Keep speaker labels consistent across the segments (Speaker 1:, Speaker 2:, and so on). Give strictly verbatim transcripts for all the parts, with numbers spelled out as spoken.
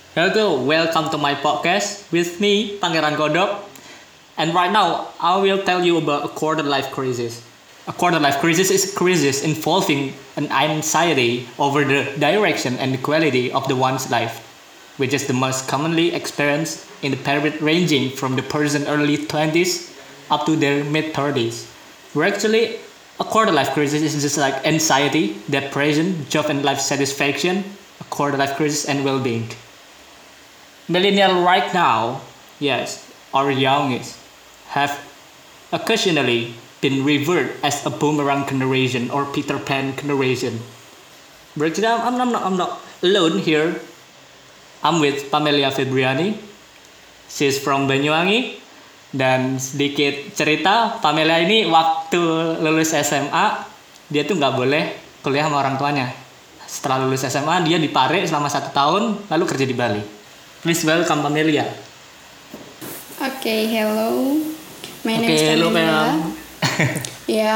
Speaker 1: Hello, welcome to my podcast with me, Pangeran Godok. And right now, I will tell you about a quarter life crisis. A quarter life crisis is a crisis involving an anxiety over the direction and the quality of the one's life, which is the most commonly experienced in the period ranging from the person's early twenties up to their mid thirties. Where actually, a quarter life crisis is just like anxiety, depression, job and life satisfaction, a quarter life crisis, and well being. Millennials right now, yes, our youngest, have occasionally been revered as a boomerang generation or Peter Pan generation. Berarti I'm, I'm, not, I'm not alone here. I'm with Pamelia Febriani. She's from Banyuwangi. Dan sedikit cerita, Pamelia ini waktu lulus S M A, dia tuh nggak boleh kuliah sama orang tuanya. Setelah lulus S M A, dia di Pare selama satu tahun, lalu kerja di Bali. Please welcome Pamelia.
Speaker 2: Oke, okay, hello. My name
Speaker 1: okay,
Speaker 2: is
Speaker 1: hello,
Speaker 2: Pamelia. Ya.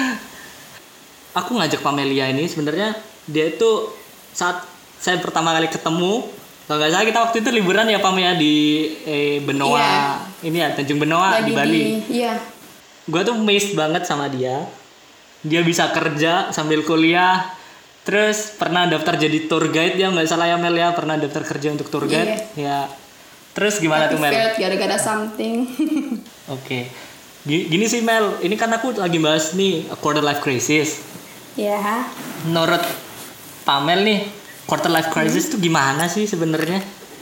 Speaker 1: Aku ngajak Pamelia ini sebenarnya dia itu saat saya pertama kali ketemu, kalau nggak salah kita waktu itu liburan ya Pam ya di eh, Benoa, yeah. Ini ya Tanjung Benoa
Speaker 2: Lagi
Speaker 1: di Bali.
Speaker 2: Iya.
Speaker 1: Gue tuh amazed banget sama dia. Dia bisa kerja sambil kuliah. Terus pernah daftar jadi tour guide ya nggak salah ya Mel ya, pernah daftar kerja untuk tour guide. Yeah. Ya. Terus gimana
Speaker 2: Tapi
Speaker 1: tuh Mel?
Speaker 2: gara-gara something.
Speaker 1: Oke. Okay. Gini sih Mel, ini kan aku lagi bahas nih quarter life crisis.
Speaker 2: Ya. Yeah.
Speaker 1: Menurut Pamel nih, quarter life crisis itu hmm. gimana sih sebenarnya?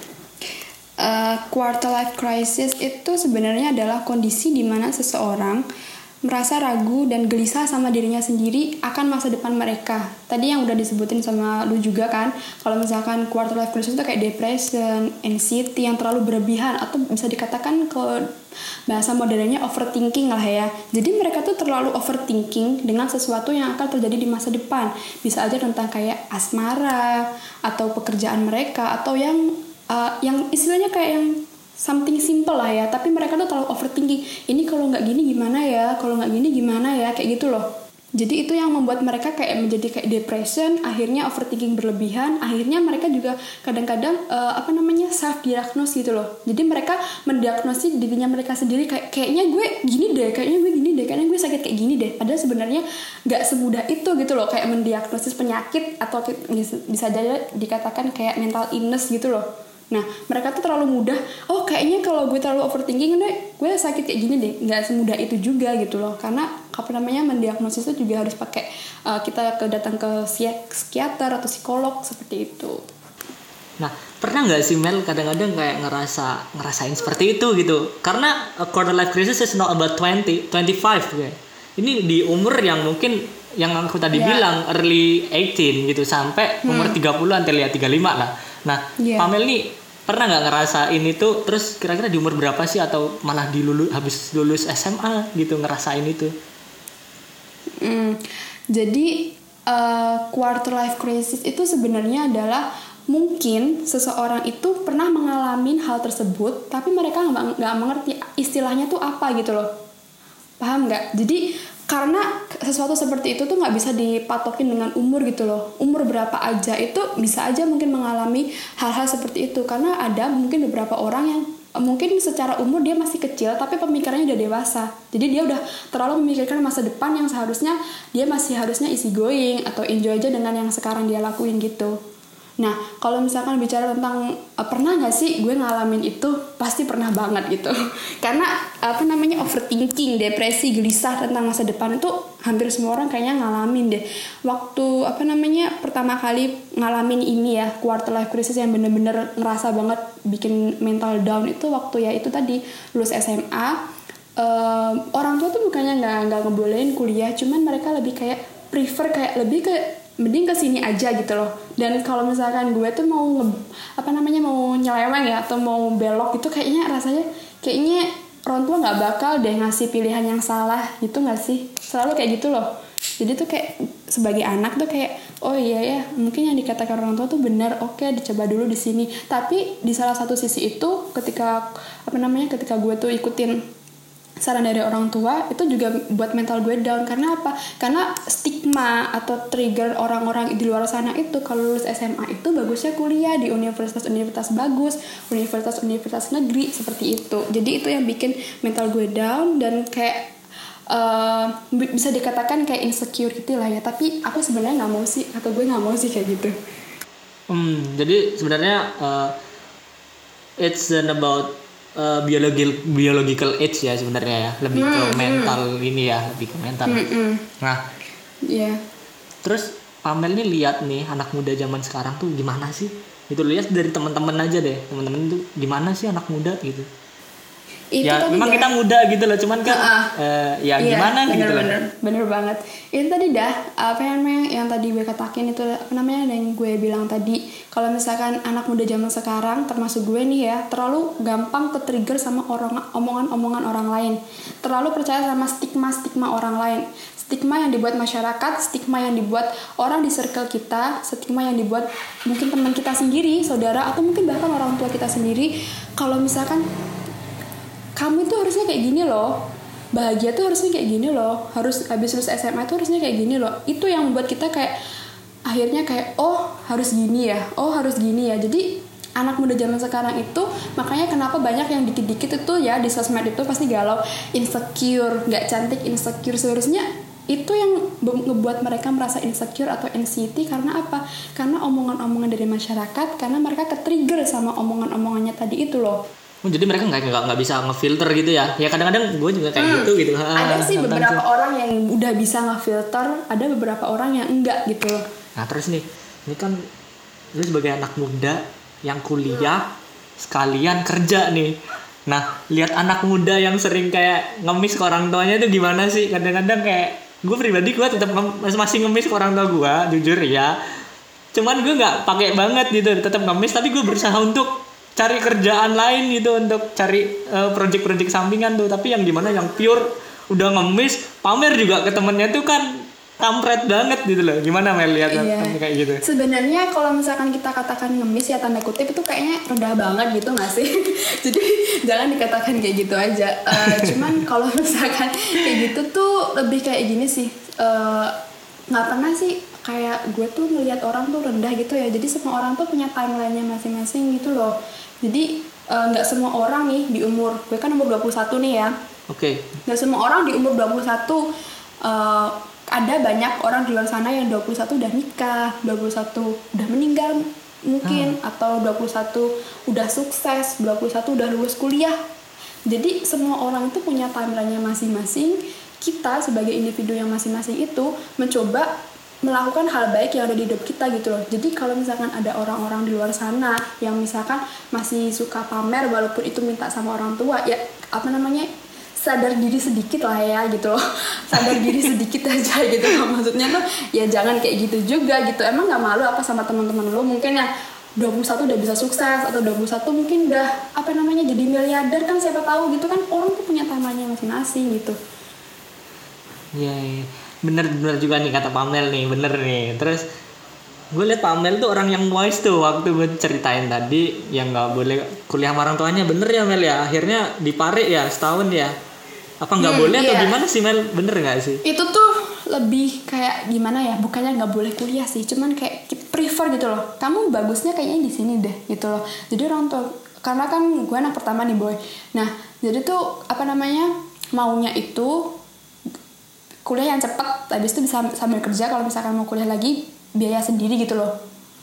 Speaker 2: Uh, quarter life crisis itu sebenarnya adalah kondisi di mana seseorang merasa ragu dan gelisah sama dirinya sendiri akan masa depan mereka. Tadi yang udah disebutin sama lu juga kan, kalau misalkan quarter life crisis itu kayak depression, anxiety yang terlalu berlebihan atau bisa dikatakan ke bahasa modernnya overthinking lah ya. Jadi mereka tuh terlalu overthinking dengan sesuatu yang akan terjadi di masa depan. Bisa aja tentang kayak asmara atau pekerjaan mereka atau yang uh, yang istilahnya kayak yang something simple lah ya, tapi mereka tuh terlalu overthinking. Ini kalau nggak gini gimana ya, kalau nggak gini gimana ya, kayak gitu loh. Jadi itu yang membuat mereka kayak menjadi kayak depression, akhirnya overthinking berlebihan, akhirnya mereka juga kadang-kadang uh, apa namanya self diagnose gitu loh. Jadi mereka mendiagnosis dirinya mereka sendiri kayak kayaknya gue gini deh, kayaknya gue gini deh, kayaknya gue sakit kayak gini deh. Padahal sebenarnya nggak semudah itu gitu loh, kayak mendiagnosis penyakit atau bisa jadi dikatakan kayak mental illness gitu loh. Nah, mereka tuh terlalu mudah, oh kayaknya kalau gue terlalu overthinking deh, gue sakit kayak gini deh. Nggak semudah itu juga gitu loh. Karena apa namanya mendiagnosis itu juga harus pakai uh, kita ke datang ke psikiater atau psikolog seperti itu.
Speaker 1: Nah, pernah nggak sih Mel kadang-kadang kayak ngerasa ngerasain seperti itu gitu? Karena a quarter life crisis is not about twenty, twenty-five ya. Ini di umur yang mungkin yang aku tadi yeah. bilang early eighteen gitu sampai hmm. umur tiga puluh sampai ya tiga puluh lima lah. Nah, yeah. Pamel nih pernah nggak ngerasain itu? Terus kira-kira di umur berapa sih atau malah di lulus habis lulus S M A gitu ngerasain itu?
Speaker 2: Mm, jadi uh, quarter life crisis itu sebenarnya adalah mungkin seseorang itu pernah mengalami hal tersebut, tapi mereka nggak nggak mengerti istilahnya tuh apa gitu loh. Paham nggak? Jadi karena sesuatu seperti itu tuh nggak bisa dipatokin dengan umur gitu loh. Umur berapa aja itu bisa aja mungkin mengalami hal-hal seperti itu. Karena ada mungkin beberapa orang yang mungkin secara umur dia masih kecil tapi pemikirannya udah dewasa. Jadi dia udah terlalu memikirkan masa depan yang seharusnya dia masih harusnya easy going atau enjoy aja dengan yang sekarang dia lakuin gitu. Nah, kalau misalkan bicara tentang uh, pernah nggak sih gue ngalamin itu, pasti pernah banget gitu. Karena apa namanya overthinking, depresi, gelisah tentang masa depan itu hampir semua orang kayaknya ngalamin deh. Waktu apa namanya pertama kali ngalamin ini ya quarter life crisis yang bener-bener ngerasa banget bikin mental down itu waktu ya itu tadi lulus S M A. Uh, orang tua tuh bukannya nggak nggak ngebolehin kuliah, cuman mereka lebih kayak prefer kayak lebih ke mending kesini aja gitu loh. Dan kalau misalkan gue tuh mau nge, apa namanya mau nyeleweng ya atau mau belok itu kayaknya rasanya kayaknya orang tua nggak bakal deh ngasih pilihan yang salah gitu nggak sih, selalu kayak gitu loh. Jadi tuh kayak sebagai anak tuh kayak oh iya ya mungkin yang dikatakan orang tua tuh benar, oke dicoba dulu di sini. Tapi di salah satu sisi itu ketika apa namanya ketika gue tuh ikutin saran dari orang tua itu juga buat mental gue down. Karena apa? Karena stigma atau trigger orang-orang di luar sana itu kalau lulus S M A itu bagusnya kuliah di universitas-universitas bagus, universitas-universitas negeri seperti itu. Jadi itu yang bikin mental gue down dan kayak uh, bisa dikatakan kayak insecurity lah ya. Tapi aku sebenarnya nggak mau sih, atau gue nggak mau sih kayak gitu.
Speaker 1: Hmm, jadi sebenarnya uh, it's an about Uh, biological biological age ya sebenarnya ya, lebih hmm, ke mental hmm. ini ya, lebih ke mental. Hmm, hmm. Nah, ya. Yeah. Terus Pamel nih lihat nih anak muda zaman sekarang tuh gimana sih? Itu lihat dari teman-teman aja deh, teman-teman tuh gimana sih anak muda gitu. Itu ya memang dah. Kita muda gitu loh, cuman kan uh, uh, ya iya, gimana bener, gitu loh.
Speaker 2: Bener, bener banget. Itu tadi dah apa namanya yang tadi gue katakin itu apa namanya yang gue bilang tadi, kalau misalkan anak muda zaman sekarang termasuk gue nih ya, terlalu gampang ke-trigger sama orang omongan-omongan orang lain. Terlalu percaya sama stigma-stigma orang lain. Stigma yang dibuat masyarakat, stigma yang dibuat orang di circle kita, stigma yang dibuat mungkin teman kita sendiri, saudara, atau mungkin bahkan orang tua kita sendiri. Kalau misalkan kamu itu harusnya kayak gini loh, bahagia tuh harusnya kayak gini loh, harus habis lulus S M A tuh harusnya kayak gini loh. Itu yang membuat kita kayak akhirnya kayak oh harus gini ya, oh harus gini ya. Jadi anak muda zaman sekarang itu makanya kenapa banyak yang dikit-dikit itu ya di sosmed itu pasti galau, insecure, nggak cantik, insecure. Seharusnya itu yang ngebuat mereka merasa insecure atau anxiety. Karena apa? Karena omongan-omongan dari masyarakat, karena mereka ke-trigger sama omongan-omongannya tadi itu loh.
Speaker 1: Oh, jadi mereka nggak nggak nggak bisa ngefilter gitu ya? Ya kadang-kadang gue juga kayak hmm. gitu gitu.
Speaker 2: Ada sih beberapa sih. Orang yang udah bisa ngefilter, ada beberapa orang yang enggak gitu.
Speaker 1: Nah terus nih, ini kan lu sebagai anak muda yang kuliah hmm. sekalian kerja nih. Nah lihat anak muda yang sering kayak ngemis ke orang tuanya itu gimana sih? Kadang-kadang kayak gue pribadi gue tetap ngem- masih ngemis ke orang tua gue, jujur ya. Cuman gue nggak pakai banget gitu, tetap ngemis. Tapi gue berusaha untuk cari kerjaan lain gitu, untuk cari uh, project-project sampingan tuh. Tapi yang dimana yang pure udah ngemis, pamer juga ke temennya tuh kan kampret banget gitu loh. Gimana Mel lihat iya. kayak gitu?
Speaker 2: Sebenarnya kalau misalkan kita katakan ngemis ya tanda kutip itu kayaknya rendah banget gitu nggak sih? Jadi jangan dikatakan kayak gitu aja. Uh, cuman kalau misalkan kayak gitu tuh lebih kayak gini sih. Nggak uh, pernah sih kayak gue tuh ngelihat orang tuh rendah gitu ya. Jadi semua orang tuh punya timelinenya masing-masing gitu loh. Jadi nggak uh, semua orang nih di umur, gue kan umur dua puluh satu nih ya.
Speaker 1: Oke. Okay.
Speaker 2: Nggak semua orang di umur dua puluh satu, uh, ada banyak orang di luar sana yang dua puluh satu udah nikah, dua puluh satu udah meninggal mungkin, hmm. atau dua puluh satu udah sukses, dua puluh satu udah lulus kuliah. Jadi semua orang itu punya timeline-nya masing-masing. Kita sebagai individu yang masing-masing itu mencoba melakukan hal baik yang ada di hidup kita gitu loh. Jadi kalau misalkan ada orang-orang di luar sana yang misalkan masih suka pamer walaupun itu minta sama orang tua, ya apa namanya, sadar diri sedikit lah ya gitu loh. Sadar diri sedikit aja gitu loh. Maksudnya tuh ya jangan kayak gitu juga gitu. Emang gak malu apa sama teman-teman lo mungkin yang dua puluh satu udah bisa sukses, atau dua puluh satu mungkin udah apa namanya jadi miliarder kan, siapa tahu gitu kan. Orang tuh punya timeline masing-masing gitu.
Speaker 1: Iya, yeah, yeah. Bener-bener juga nih kata Pamel nih, bener nih. Terus gue liat Pamel tuh orang yang wise tuh waktu gue ceritain tadi yang nggak boleh kuliah sama orang tuanya. Bener ya Mel ya, akhirnya diparik ya setahun ya. Apa nggak hmm, boleh iya. atau gimana sih Mel? Bener nggak sih?
Speaker 2: Itu tuh lebih kayak gimana ya? Bukannya nggak boleh kuliah sih, cuman kayak prefer gitu loh. Kamu bagusnya kayaknya di sini deh gitu loh. Jadi orang tua, karena kan gue anak pertama nih boy. Nah jadi tuh apa namanya, maunya itu kuliah yang cepat, habis itu bisa sambil kerja. Kalau misalkan mau kuliah lagi biaya sendiri gitu loh.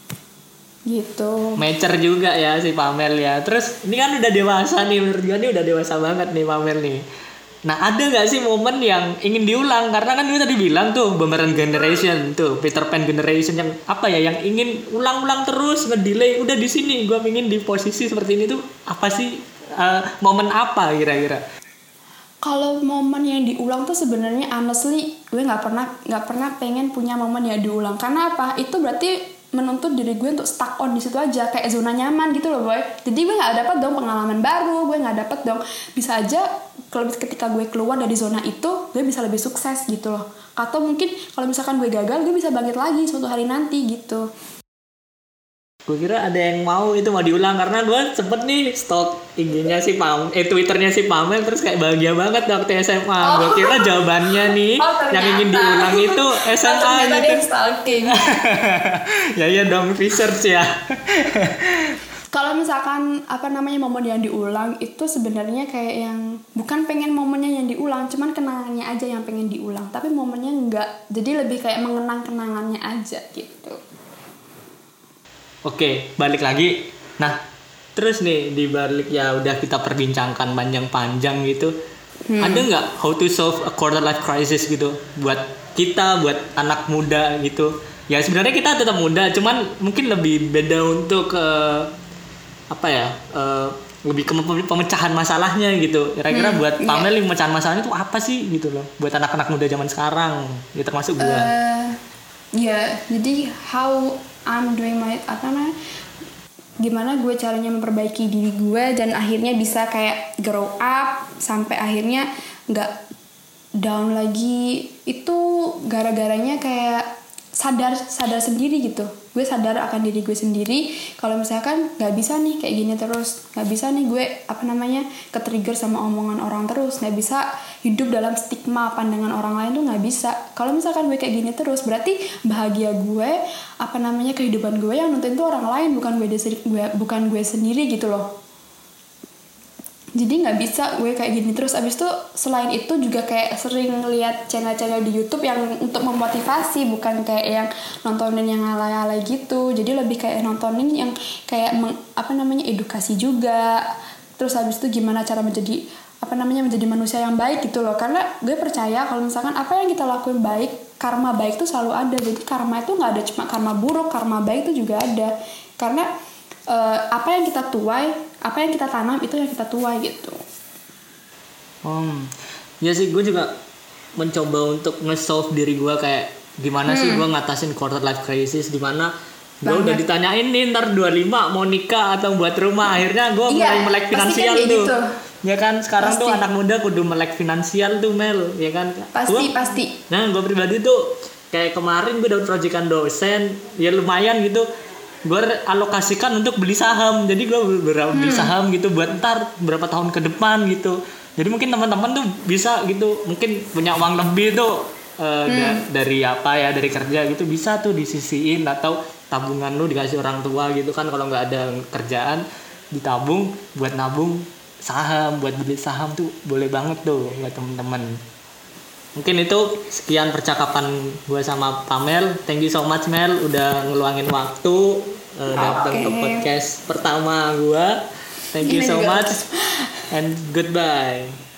Speaker 2: Gitu.
Speaker 1: Mature juga ya si Pamel ya. Terus ini kan udah dewasa nih, menurut gue nih udah dewasa banget nih Pamel nih. Nah ada gak sih momen yang ingin diulang? Karena kan gue tadi bilang tuh Boomerang Generation tuh, Peter Pan Generation yang apa ya, yang ingin ulang-ulang terus, ngedelay. Udah di sini gue ingin di posisi seperti ini tuh apa sih, uh, momen apa kira-kira?
Speaker 2: Kalau momen yang diulang tuh sebenarnya honestly gue nggak pernah nggak pernah pengen punya momen yang diulang. Karena apa? Itu berarti menuntut diri gue untuk stuck on di situ aja, kayak zona nyaman gitu loh boy. Jadi gue nggak dapat dong pengalaman baru, gue nggak dapat dong, bisa aja kalau ketika gue keluar dari zona itu gue bisa lebih sukses gitu loh. Atau mungkin kalau misalkan gue gagal, gue bisa bangkit lagi suatu hari nanti gitu.
Speaker 1: Gue kira ada yang mau itu mau diulang karena gue sempet nih stok I G-nya si Pam, eh Twitternya si Pamel terus kayak bahagia banget waktu S M A.
Speaker 2: Oh.
Speaker 1: Gue kira jawabannya nih
Speaker 2: Oh,
Speaker 1: yang ingin diulang itu S M A
Speaker 2: oh, ternyata
Speaker 1: gitu.
Speaker 2: dia stalking.
Speaker 1: Ya ya dong research ya.
Speaker 2: Kalau misalkan apa namanya momen yang diulang itu sebenarnya kayak yang bukan pengen momennya yang diulang, cuman kenangannya aja yang pengen diulang, tapi momennya enggak. Jadi lebih kayak mengenang kenangannya aja gitu.
Speaker 1: Oke, balik lagi. Nah, terus nih di balik ya udah kita perbincangkan panjang-panjang gitu. Hmm. Ada nggak how to solve a quarter life crisis gitu buat kita, buat anak muda gitu? Ya sebenarnya kita tetap muda, cuman mungkin lebih beda untuk uh, apa ya? Uh, lebih ke pemecahan masalahnya gitu. Kira-kira hmm, buat Pamel yeah. pemecahan masalahnya itu apa sih gitu loh? Buat anak-anak muda zaman sekarang, ya termasuk gue.
Speaker 2: Uh, ya, jadi how I'm doing my apa namanya gimana gue caranya memperbaiki diri gue dan akhirnya bisa kayak grow up sampai akhirnya nggak down lagi, itu gara-garanya kayak sadar sadar sendiri gitu. Gue sadar akan diri gue sendiri kalau misalkan nggak bisa nih kayak gini terus, nggak bisa nih gue apa namanya ketrigger sama omongan orang terus, nggak bisa hidup dalam stigma pandangan orang lain tuh nggak bisa. Kalau misalkan gue kayak gini terus berarti bahagia gue apa namanya kehidupan gue yang nonton itu orang lain, bukan gue gue bukan gue sendiri gitu loh. Jadi nggak bisa gue kayak gini terus. Abis itu selain itu juga kayak sering lihat channel-channel di YouTube yang untuk memotivasi, bukan kayak yang nontonin yang alay-alay gitu. Jadi lebih kayak nontonin yang kayak meng, apa namanya edukasi juga. Terus abis itu gimana cara menjadi apa namanya menjadi manusia yang baik gitu loh. Karena gue percaya kalau misalkan apa yang kita lakuin baik, karma baik tuh selalu ada. Jadi karma itu nggak ada cuma karma buruk, karma baik itu juga ada. Karena uh, apa yang kita tuai, apa yang kita tanam itu yang kita tuai gitu.
Speaker 1: Hmm, ya sih gue juga mencoba untuk nge-solve diri gue kayak gimana hmm. sih gue ngatasin quarter life crisis, dimana gue udah ditanyain nih ntar dua puluh lima mau nikah atau buat rumah, akhirnya gue mulai
Speaker 2: iya,
Speaker 1: melek finansial
Speaker 2: kan
Speaker 1: tuh
Speaker 2: gitu.
Speaker 1: Ya kan sekarang
Speaker 2: pasti.
Speaker 1: Tuh anak muda kudu melek finansial tuh Mel, ya kan
Speaker 2: pasti
Speaker 1: gua,
Speaker 2: pasti
Speaker 1: nah gue pribadi tuh kayak kemarin gue dapat proyekan dosen ya lumayan gitu, gue alokasikan untuk beli saham. Jadi gue berapa beli hmm. saham gitu buat ntar berapa tahun ke depan gitu. Jadi mungkin teman-teman tuh bisa gitu, mungkin punya uang lebih tuh uh, hmm. da- dari apa ya dari kerja gitu bisa tuh disisiin, atau tabungan lu dikasih orang tua gitu kan kalau nggak ada kerjaan, ditabung buat nabung saham, buat beli saham tuh boleh banget tuh buat teman-teman. Mungkin itu sekian percakapan gue sama Pamel. Thank you so much Mel udah ngeluangin waktu uh, datang okay. ke podcast pertama gue. Thank you so much and goodbye.